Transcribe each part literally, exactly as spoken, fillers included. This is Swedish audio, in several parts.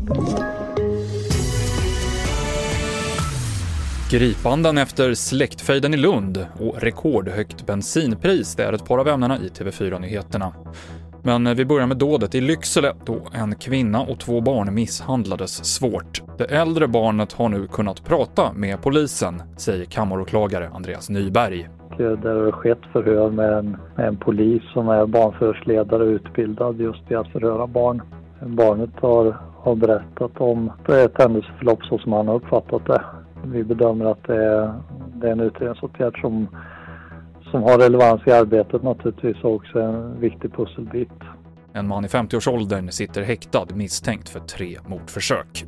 Gripanden efter släktfejden i Lund och rekordhögt bensinpris, det är ett par av ämnena i T V fyra-nyheterna. Men vi börjar med dådet i Lycksele då en kvinna och två barn misshandlades svårt. Det äldre barnet har nu kunnat prata med polisen, säger kammaråklagare Andreas Nyberg. Det har skett förhör med en, med en polis som är barnförhörsledare utbildad just i att förhöra barn. Barnet har, har berättat om ett händelseförlopp så som han har uppfattat det. Vi bedömer att det är, det är en utredningsåtgärd som, som har relevans i arbetet, naturligtvis också en viktig pusselbit. En man i femtioårsåldern sitter häktad misstänkt för tre mordförsök.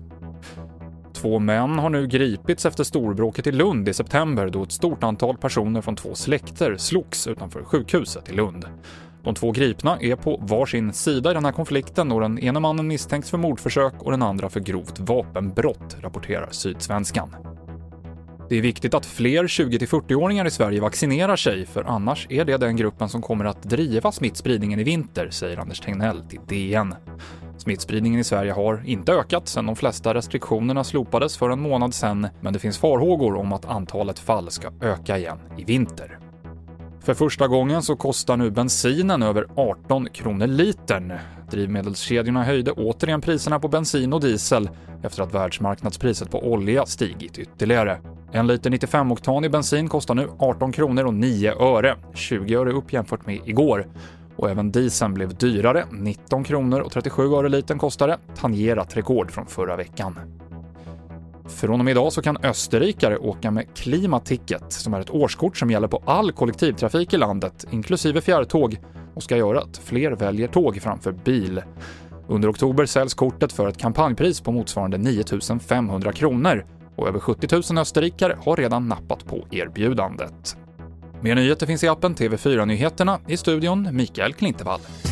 Två män har nu gripits efter storbråket i Lund i september då ett stort antal personer från två släkter slogs utanför sjukhuset i Lund. De två gripna är på varsin sida i den här konflikten och den ena mannen misstänks för mordförsök och den andra för grovt vapenbrott, rapporterar Sydsvenskan. Det är viktigt att fler tjugo till fyrtio-åringar i Sverige vaccinerar sig, för annars är det den gruppen som kommer att driva smittspridningen i vinter, säger Anders Tegnell till D N. Smittspridningen i Sverige har inte ökat sedan de flesta restriktionerna slopades för en månad sedan, men det finns farhågor om att antalet fall ska öka igen i vinter. För första gången så kostar nu bensinen över arton kronor litern. Drivmedelskedjorna höjde återigen priserna på bensin och diesel efter att världsmarknadspriset på olja stigit ytterligare. En liter nittiofem-oktanig bensin kostar nu arton kronor och nio öre, tjugo öre upp jämfört med igår. Och även dieseln blev dyrare, nitton kronor och trettiosju öre litern kostade, tangerat rekord från förra veckan. Från och med idag så kan österrikare åka med Klimaticket, som är ett årskort som gäller på all kollektivtrafik i landet, inklusive fjärrtåg, och ska göra att fler väljer tåg framför bil. Under oktober säljs kortet för ett kampanjpris på motsvarande nio tusen femhundra kronor och över sjuttio tusen österrikare har redan nappat på erbjudandet. Mer nyheter finns i appen T V fyra-nyheterna, i studion Mikael Klintevall.